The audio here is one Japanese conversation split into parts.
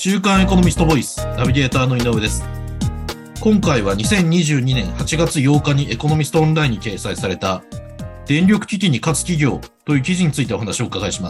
週刊エコノミストボイスナビゲーターの井上です。今回は2022年8月8日にエコノミストオンラインに掲載された電力危機に勝つ企業という記事についてお話をお伺いします。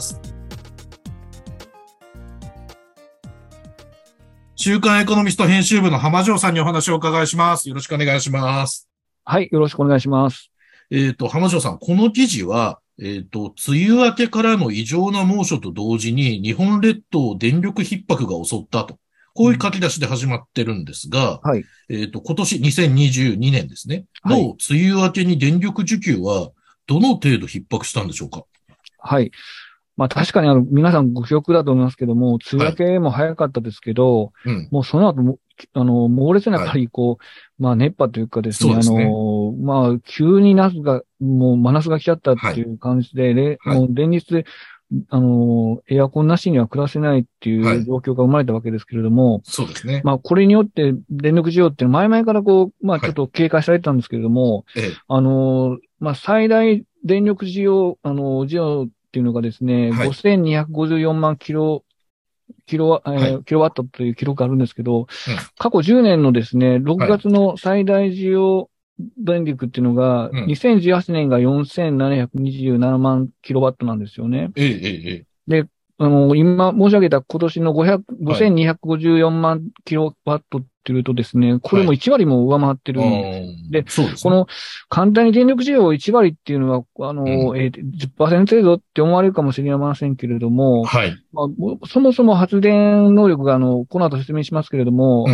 週刊エコノミスト編集部の浜城さんにお話をお伺いします。よろしくお願いします。 はい、よろしくお願いします。 浜城さん、この記事は梅雨明けからの異常な猛暑と同時に日本列島電力逼迫が襲ったと。こういう書き出しで始まってるんですが、 はい。 今年2022年ですね。 はい。 の梅雨明けに電力需給はどの程度逼迫したんでしょうか？ はい。確かに皆さんご記憶だと思いますけども、梅雨明けも早かったですけど、 うん。 もうその後も、猛烈なやっはい。 ぱり熱波というかですね、 そうですね。 急にもう真夏が来ちゃったっはい。 ていう感じで、 はい。 もう連日、エアコンなしには暮らせないっていうはい。 状況が生まれたわけですけれども、 そうですね。 これによって電力需要っていうのは前々からちはい。 ょっと警戒されてたんですけれども、 ええ。 最大電力需要っていうのがですね、 はい。 5254万はい。 キロワットという記録があるんですけど、 うん。 過去10年のですね、6 はい。 月の最大需要電力っていうのが、 うん。 2018年が4727万キロワットなんですよね。 ええ、ええ、ええ。 で、今申し上げた今年のはい。 5254万キロワットっていうとですね、これもはい。 1割も上回ってるんです。で、 そうですね。 この簡単に電力需要1割っていうのは、 うん。 10%程度って思われるかもしれませんけれども、 はい。 そもそも発電能力が、この後説明しますけれども、 うん。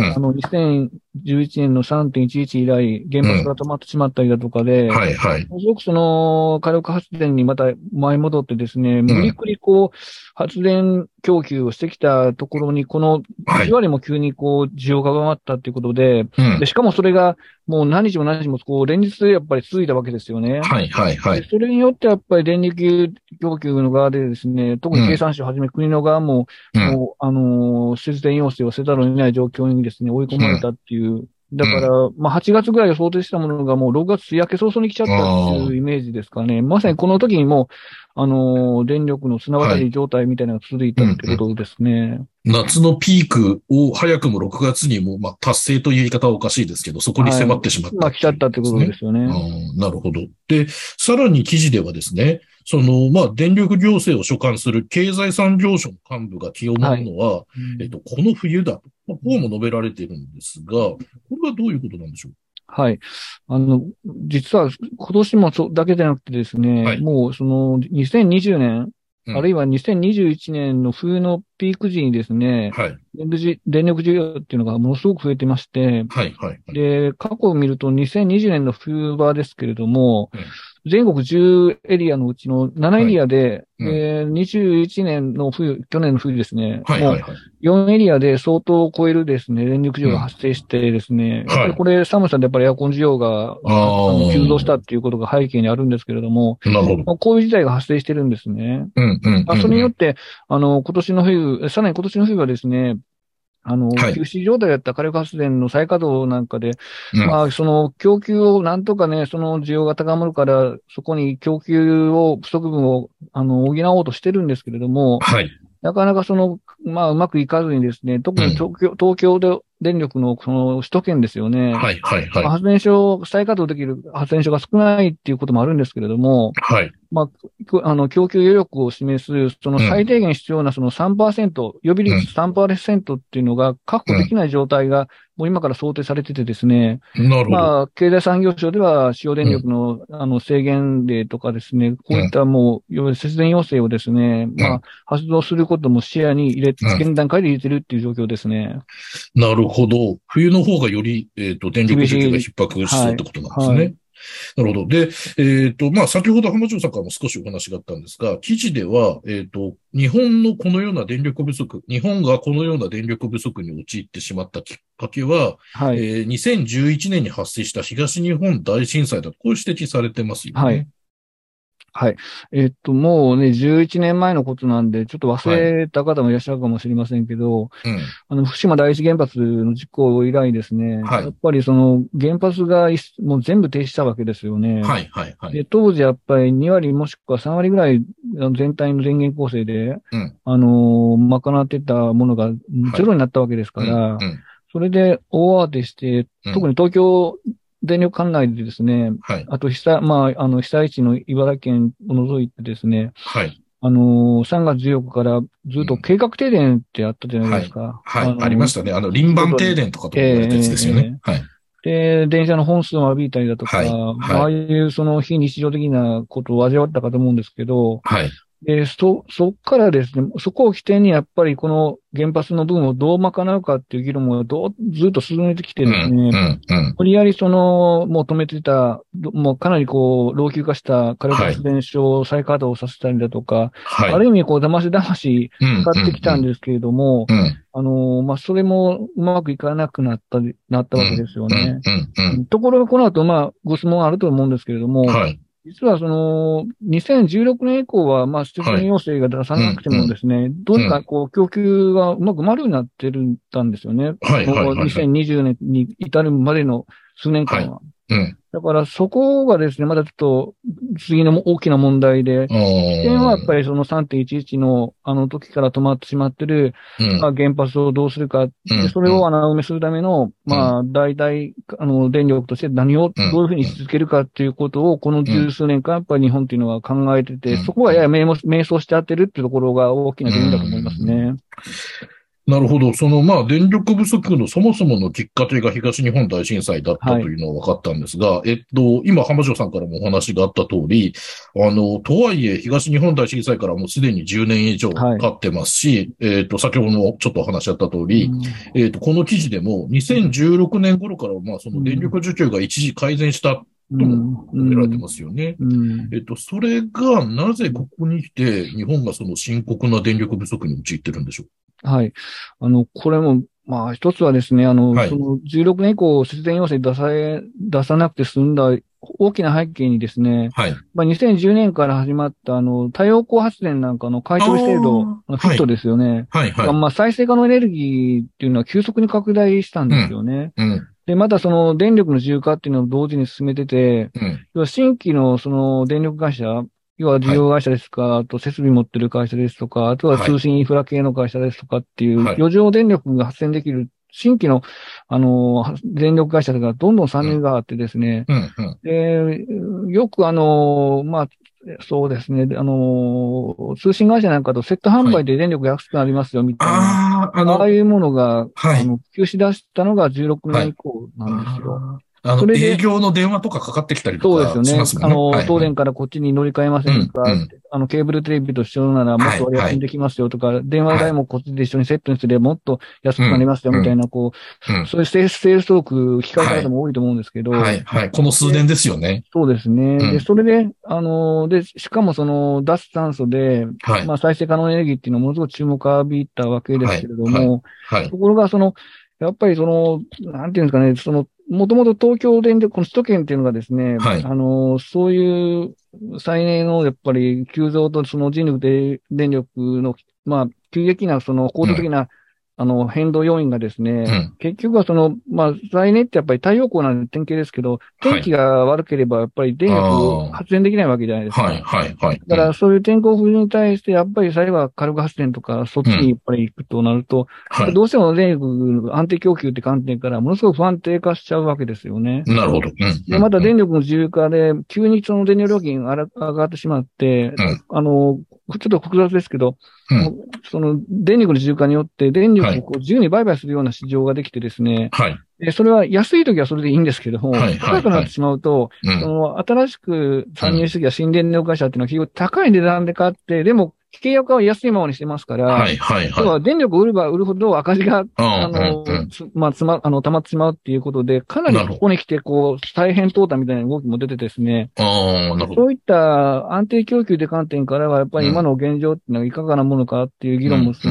2011年の3.11以来、原うん。 発が止まってしまったりだとかで、 はい、はい。 すごく火力発電にまた前戻ってですね、無理うん。 くり発電供給をしてきたところに、この1 はい。 割も急に需要が上回ったっていうことで、で、 うん。 しかもそれがもう何日も何日も連日やっぱり続いたわけですよね。 はい、はい、はで、 い。 それによってやっぱり電力供給の側でですね、特に経うん。 産省をはじめ国の側も、 うん。 節電要請をせざるを得ない状況にですね、追い込うん。 まれたっていう。だから、 うん。 8月ぐらいを想定したものがもう6月梅雨明け早々に来ちゃったってあいうイメージですかね。まさにこの時にもう、電力の綱あ、はい。 渡り状態みたいなのが続いうん、 たってうん。 ことですね。 夏のピークを早くも6月にも、達成という言い方はおかしいですけど、そこにはい。 迫ってしまった来ちゃっていうったってことでことですね。 すよね。 なるほど。で、さらに記事ではですね、電力行政を所管する経済産業省の幹部が気をもはい。 むのは、 うん。 この冬だと、こうも述べられているんですが、これはどういうことなんでしょう？ はい。実は今年もそうだけでなくてですね、 はい。 もう2020年、 うん。 あるいは2021年の冬のピーク時にですね、 はい。 電力需要っていうのがものすごく増えてまして、 はい、はい、はい。 で、過去を見ると2020年の冬場ですけれども、 うん。 全国10エリアのうちの7エはい。 リアで、 うん。 21年の冬、去年の冬ですね、 はい、はい、 もはい。 う4エリアで相当を超えるですね、電力需要がうん。 発生してですね、やっぱはい。 りこれ寒さでやっぱりエアコン需要が急増したあっていうことが背景にあるんですけれども、 あ、なるほど。 こういう事態が発生してるんですね。 うん、うん、うん、 それにうん。 よって、さらに今年の冬はですね、 はい。 休止状態だった火力発電の再稼働なんかで、 うん。 その供給をなんとかね、その需要が高まるから、そこに供給を、不足分を、補おうとしてるんですけれども、 はい。 なかなかうまくいかずにですね、特うん。 に東京で電力のその首都圏ですよね。 はい、はい、はい。 再稼働できる発電所が少ないっていうこともあるんですけれども、 はい。 供給余力を示す、そのうん。 最低限必要なその3%、予備率うん。 3%っていうのが確保できない状態がもう今から想定されててですね、 うん。なるほど。 経済産業省では使用電うん。 力の制限令とかですね、こういっうん。 たもう、いわゆる節電要請をですね、 うん。 発動することも視野にうん。 現段階で入れてるっていう状況ですね。 なるほど。冬の方がより、電力需給が厳しい。 逼迫しそはい。 うってことなんですはい。 ね。なるほど。で、先ほど浜城さんからも少しお話があったんですが、記事では、日本のこのような電力不足、日本がこのような電力不足に陥ってしまったきっかけは、 はい。 2011年に発生した東日本大震災だと、こういう指摘されてますよはい。 ね。 はい。もうね、11年前のことなんで、ちょっと忘はい。 れた方もいらっしゃるかもしれませんけど、 うん。 福島第一原発の事故以来ですね、 はい。 やっぱりその原発がもう全部停止したわけですよね。 はい。はい。はい。 で、当時やっぱり2割もしくは3割ぐらい全体の電源構成で、 うん。 賄ってたものがはい。 ゼロになったわけですかうん。 ら、 うん。 それで大慌てして、 うん。 特に東京電力管内でですね、 はい。 あと被災地の茨城県を除いてですね、 はい。 3月14日からずっとうん。 計画停電ってあったじゃないはい。 ですか。 はい。ありましたね。輪番一時ごとに。 停電とかとええも言われたやつですよね。 ええはい。 で、電車の本数を浴びたりだとか、 はい。はい。 ああいうその非日常的なことを味わったかと思うんですけど、 はい。 で、そっからですね、そこを起点にやっぱりこの原発の分をどう賄うかっていう議論をずっと進めてきてうん。 ですね、 うん。うん。 無理やりもう止めてた、もうかなり老朽化した火力はい。 発電所を再稼働させたりだとか、 はい。 ある意味だましだましうん。うん。 使ってきたんうん。 ですけれども、 うん。 それもうまくいかなくなったうん。 わけですようん。 ね。 うん。うん。 ところがこの後、ご質問あると思うんですけれども、 はい。 実は2016年以降は、節電はい。 要請が出さうん。 なくてうん。 もですね、どうにかうん。 供給がうまく回るようになってたんですよね。 はい。はい。 このはい。はい。 2020年に至るまでの数年はい。 間は。 うん。 だからそこがですね、まだちょっと次の大きな問題で、 あ起点はやっぱー。 りその3.11のあの時から止まってしまってる、 うん。 原発をどうするか、で、 うん。 それをうん。 穴埋めするための、 うん。 代替、電力として何をうん。 どういうふうにし続けるかっていうことを、このうん。 十数年間、やっぱり日本っていうのは考えてて、そうん。 こがややうん。 迷走しちゃってるっていうところが大きうな原因だと思いますん。 ね。 なるほど。電力不足のそもそものきっかけが東日本大震災だったはい。 というのは分かったんですが、今、浜城さんからもお話があった通り、とはいえ、東日本大震災からもうすでに10年以上はい。 経ってますし、先ほどもちょっとお話あった通り、 うん。 この記事でも2016年頃から、その電力うん。 需給が一時改善したともうん。う述べられてん。 ますよね。 うん。 それがなぜここに来て日本がその深刻な電力不足に陥ってるんでしょはい。これも、一つはですね、 う。はい。 その16年以降、節電要請出さなくて済んだ大きな背景にですね、 はい。 2010年から始まった太陽光発電なんかの買いあ取り制度、 あ、 フィットはい。 ですよね。 はい、はい。 再生可能エネルギーっていうのは急速に拡大したんですうん、 よね。 うん、 で、またその電力の自由化っていうのを同時に進めてて、 うん。 要は新規のその電力会社、要は事はい、 業会社ですとか、あと設備持ってる会社ですとか、あとははい、 通信インフラ系の会社ですとかっていうはい。 余剰電力が発電できる新規の、電力会社がどんどん参うん、 入があってですね、 うん、うん。 で、よくそうですね、通信会社なんかとセット販はい。 売で電力安くなりますよみたいな、 ああ、 ああいうものが、 はい、 普及し出したのが16 はい。 年以降なんですよ。 あ営それで、 業の電話とかかかってきたりとそうですかしまよね。 すもんね。はい、はい。 東電からこっちに乗り換えませんうん、うん。 かって、ケーブルテレビと一緒ならもっはい、 と割安にはい、 できますよとか、電話はい。 代もこっちで一緒にセットにすればもっと安うん、 くなりますようん、 みたいな、 うん。 そういうセールストーク聞かれたはい、 方も多いと思うんですけど、 はい、はい。この数で、 年ですよね。 そうですね。で、 うん。 それで、しかも脱炭素で、 はい、 再生可能エネルギーっていうのはものすごく注目を浴びたわけですけはい、 れどはい、 も、 はい。 ところがやっぱりなんていうんですかね、もともと東京電力、この首都圏っていうのがですね、 はい。 そういう再エネのやっぱり急増とその人力で電力の、急激なその構うん、 造的な変動要因がですね、 うん。 結局は再エネってやっぱり太陽光なんで典型ですけど、天気はい。 が悪ければやっぱり電力をあ発電できないわけじゃないですあ、はい、 か。 はい、はい。うん、 だからそういう天候不順に対して、やっぱり最後は火力発電とか、そっちにやうん。 っぱり行くとなると、やっはい。 ぱどうしても電力の安定供給って観点から、ものすごく不安定化しちゃうわけですよね。 なるほど。うん、うで、まん、うん。 た電力の自由化で、急にその電力料金が上がってしまって、 うん、 ちょっと複雑ですけど、 うん。 その電力の自由化によって電はい、 力を自由に売買するような市場ができてですね、 はい、 それは安い時はそれでいいんですけども、 はい、はい、はい。 高くなってしまうと、 うん、 新しく参入うん。 してきた新電力会社っていうのは結局高い値段で買って、でも契約は安いままにしてますから、 はい、はい、はい。 要は電力を売れば売るほど赤字が、 うん、うん、うん。 溜まってしまうっていうことで、かなりなるほど。 ここに来て、再編淘汰みたいな動きも出てですね、 ああ、なるほど。 そういった安定供給で観点からは、やっぱり今うん、 の現状っていうのはいかがなものかっていう議論もうん、うん。 進んで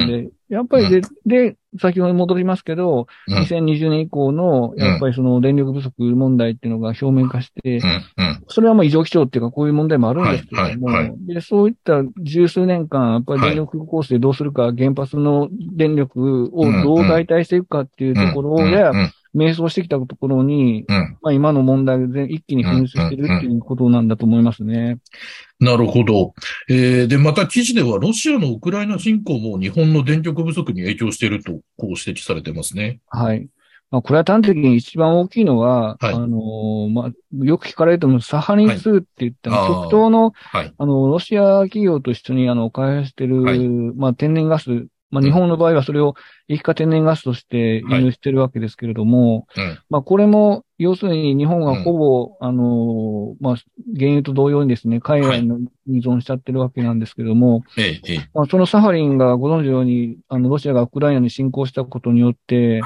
やっぱり先ほどに戻りますけど、 うん、 2020年以降の、やっぱりその電力不足問題っていうのが表面化して、 うん、うん。 それは異常気象っていうか、こういう問題もあるんはい、 ですけれはい、はい、 ども、で、そういった十数年間、やっぱりはい。 電力構成どうするか、原発の電力うん、 をどううん、 代替していくかっていううん、 とこうん、 ろで、 うん、 迷走してきたところに、 うん、 今の問題が一気にうん、 噴出してるってうん。 いうことなんだと思いますね。 なるほど。で、また記事では、ロシアのウクライナ侵攻も日本の電力不足に影響していると、こう指摘されてますね。 はい。これは端的に一番大きいのは、 はい、 よく聞かれると思うサハリンはい。 2って言った極ああ、 東の、 はい、 ロシア企業と一緒に、開発していはい、 る、天然ガス、日うん、 本の場合はそれを液化天然ガスとして輸はい、 入しているわけですけれども、 うん、 これも、要するに日本はほうん、 ぼ、原油と同様にですね、海はい、 外に依存しちゃってるわけなんですけれども、 ええ、ええ、 そのサハリンがご存知のように、ロシアがウクライナに侵攻したことによって、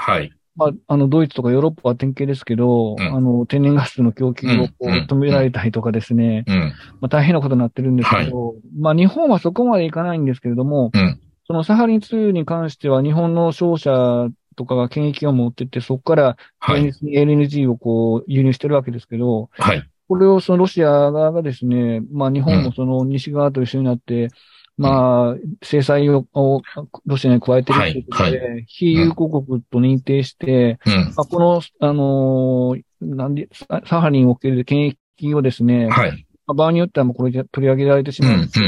はい、 ドイツとかヨーロッパは典型ですけど、 うん、 天然ガスの供給をうん、うん、 止めらうん、 れたりとかですね、 うん、 大変なことになってるんですはい、 けど、日本はそこまでいかないんですけれども、 うん、 そのサハリン2に関しては日本の商社とかが権益を持ってて、そこからはい、 現実に LNG を輸入してるわけですけど、 はい、 これをそのロシア側がですね、日うん、 本もその西側と一緒になって、 うん、 制裁をロシアに加えてるはい、 っていうことはい、 で、非友うん、 好国と認定して、 うん、 この、サハリンを受ける権益をですね、 はい、 場合によってはもうこれで取り上げられてしうん、うまうのん、うん、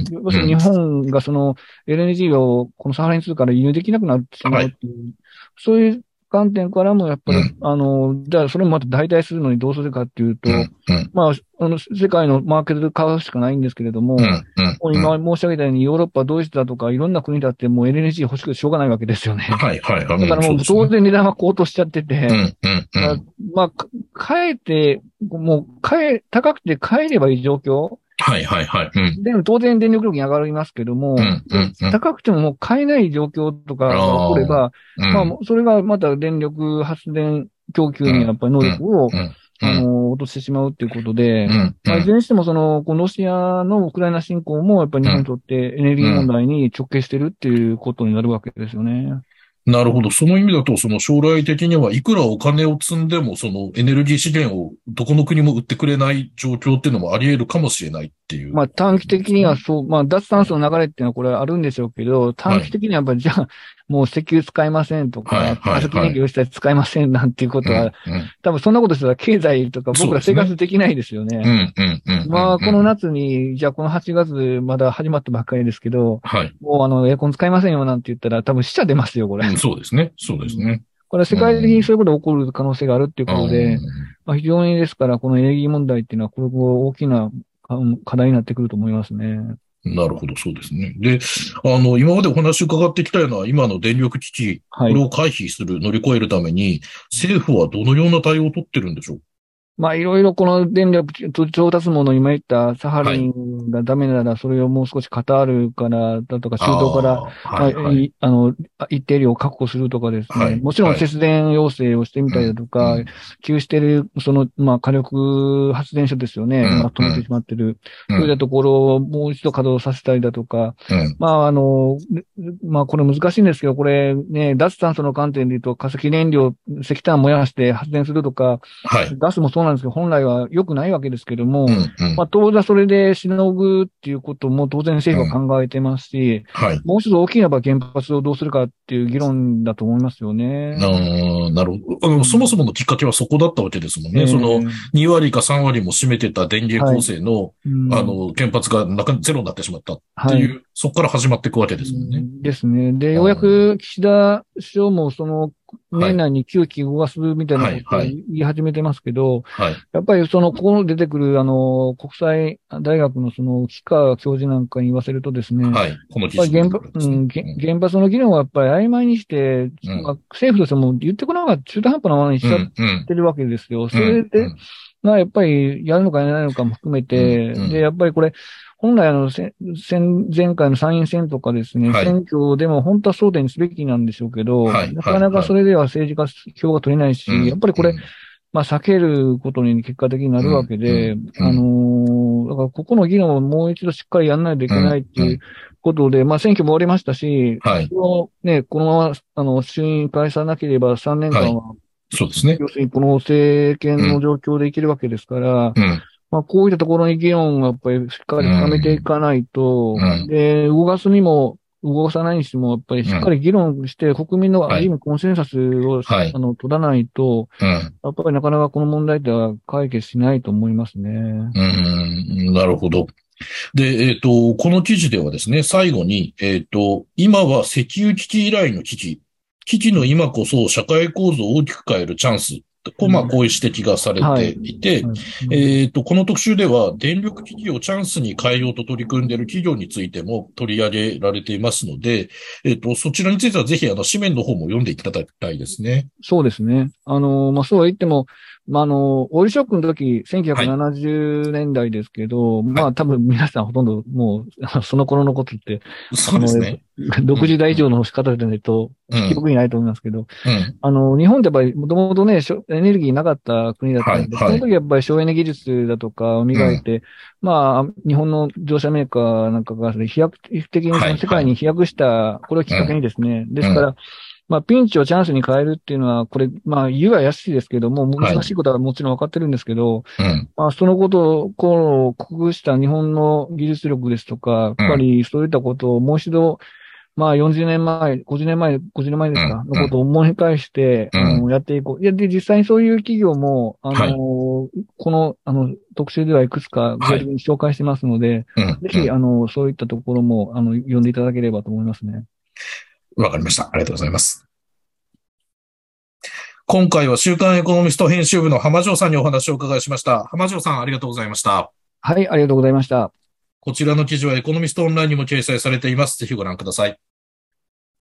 で、要するに日うん、 本がその LNG をこのサハリン2から輸入できなくなってしまはい、 うっていう、そういう観点からもやっぱり、 うん、 じゃあそれもまた代替するのにどうするかっていうと、 うん、うん、 世界のマーケットで買うしかないんですけれども、 うん、うん、 もう今うん、 申し上げたようにヨーロッパ、ドイツだとかいろんな国だってもう LNG 欲しくてしょうがないわけですよね。 はい、はい、 だかうん、 らもうそうですね。 当然値段は高騰しちゃってて、 うん、うん、うだん、 かえて、高くて買えればいい状況。 はい、はい、はい、うん、 でも当然電力料金上がりますけども、 うん、うん、うん、 高くてももう買えない状況とかが起こああ、 れば、 うん、 それがまた電力発電供給うん、 にやっぱり能うん、 力を、 うん、うん、 落としてしまうっていうことで、 うん、ういずれん、 にしてもこのロシアのウクライナ侵攻もやっぱり日本にとってエネルギー問うん。 題に直結してるっていうことになるわけですよね。 なるほど。その意味だと、その将来的にはいくらお金を積んでも、そのエネルギー資源をどこの国も売ってくれない状況っていうのもあり得るかもしれないっていう短期ことですね。 的にはそう、脱炭素の流れっていうのはこれはあるんでしょうけど、短期はい。 的にはやっぱりじゃあ、もう石油使いませんとはい、 か、 はい、 化石燃はい。 料したら使いませんなんていうことは、 うん、うん。 多分そんなことしたら経済とか僕ら生そうですね。 活できないですよね。 うん、うん、うん、うん、うこのん。 夏に、じゃあこの8月まだ始まったばっかりですけど、 はい。 もうエアコン使いませんよなんて言ったら多分死者出ますよ、これ。 うん、そうですね。そううん、 ですね。 これは世う界的にん、 そういうことが起こる可能性があるっていううことで、 ん。 非常にですから、このエネルギー問題っていうのは、これ大きな課題になってくると思いますね。 なるほど、そうですね。で、今までお話伺ってきたような今の電力危機、 はい。 これを回避する、乗り越えるために、政府はどのような対応を取ってるんでしょう？ いろいろこの電力調達網の今言ったサハはい。 リンがダメなら、それをもう少しカタールからだとか、 あ中東から、 あ、はい、はい。 一定量確保するとかですね。 はい、 もちろんはい。 節電要請をしてみたりだうん、 とか、 うん、 給油している、火力発電所ですよね。 うん、 止めてしまってる。 うん、 そういったところをもう一度稼働させたりだとか、 うん、 これ難しいんですけど、これね、脱炭素の観点で言うと、化石燃料、石炭燃やして発電するとか、 はい。 ガスもそうなんですけど、本来は良くないわけですけども、 うん、うん、 当然それでしのぐっていうことも当然政府うん。 は考えてますし、 はい。 もう一つ大きな原発をどうするかっていう議論だと思いますよね。 なるほど。そもうん、 そものきっかけはそこだったわけですもんえね。そのー 2割か3割も占めてた電源構はい。 成の、 うん、 原発がゼロになってしまったってはい。 いう、そこから始まっていくわけうですもんね。 んですね。で、ようやうん、 く岸田首相もはい。 年内に9期動かすみたいなはい、 ことをはい。 言い始めてますけど、 はい。 やっぱりここ出てくる国際大学の木川教授なんかに言わせるとですね、やっはい。この記ぱり事に出てくるんですね。 原発の議論はやっぱり曖昧にして、 うん、 政府としても言ってこない方が中途半端なものにしちゃっうん、うん、 てるわけですよ。 うん、 それで、 うん、 やっぱりやるのかやらないのかも含めうん、 て、で、 うん。 やっぱりこれ、本来前回の参院選とかですね、 はい。 選挙でも本当は争点にすべきなんでしょうけど、 はい、はい、 なかなかはい。 それでは政治家票が取れないし、やっうん、 ぱりこれ、 うん、 避けることに結果的になるわうん、 けで、 うん、うん。 だからここの議論をもう一度しっかりやらないといけないっていううん。 ことで、まあ選挙も終わりましたし、 はい。 このね、このまま、衆院解散なければ3年はい。 間は、 そうですね。 要するにこの政権のうん。 状況でいけるわけですから、 うん。 まあこういったところに議論をやっぱりしっかうり深めていん。 かないと、 うん。 で、動かさないにしても、やっぱりうん。 しっかり議論して、国民のあはい。 る意味コンセンサスをはい。 取らないと、 うん。 やっぱりなかなかこの問題では解決しないと思いますね。 うん。なるほど。で、この記事ではですね、最後に、今は石油危機以来の危機。危機の今こそ社会構造を大きく変えるチャンス。まあ、こういう指摘がされはい。 ていて、 はい。うん。 この特集では、電力危機をチャンスに変えようと取り組んでいる企業についても取り上げられていますので、そちらについてはぜひ、紙面の方も読んでいただきたいですね。 そうですね。まあ、そうは言っても、まあ、オイルショックの時、 はい。 1970年代ですけど、 はい。 まあ、多分皆さんほとんどもう、その頃のことって、 そうですね。う 6 ん、 時代以うん、 上の仕方でないと、 うん、 記憶にないと思いますけど、 うん。 日本ってやっぱりもともとね、エネルギーなかった国だったはい、 ので、そはい。 の時やっぱり省エネ技術だとかをうん。 磨いて、まあ、日本の自動車メーカーなんかが飛躍的にそはい、 の世はい。 界に飛躍した、これをきっかけにうん、 ですね、でうん。 すから、まあ、ピンチをチャンスに変えるっていうのは、これ、まあ、言うは安いですけども、 はい。 難しいことはもちろん分かってるんですけど、 うん、 まあ、そのことを克服した日本の技術力ですとか、やっうん、 ぱりそういったことをもう一度、まあ、40年前、50年前、50年前ですか、 うん、 のことをうん、 思い返して、 うん。 やっていこう。いや、で、実際にそういう企業も、 はい、 この、特集ではいくつか具はい。 体的に紹介してますので、 うん、 ぜひ、 うん。 そういったところも、読んでいただければと思いますね。 わかりました。ありがとうございます。今回は週刊エコノミスト編集部の浜城さんにお話をお伺いしました。浜城さん、ありがとうございました。 はい、ありがとうございました。 こちらの記事はエコノミストオンラインにも掲載されています。ぜひご覧ください。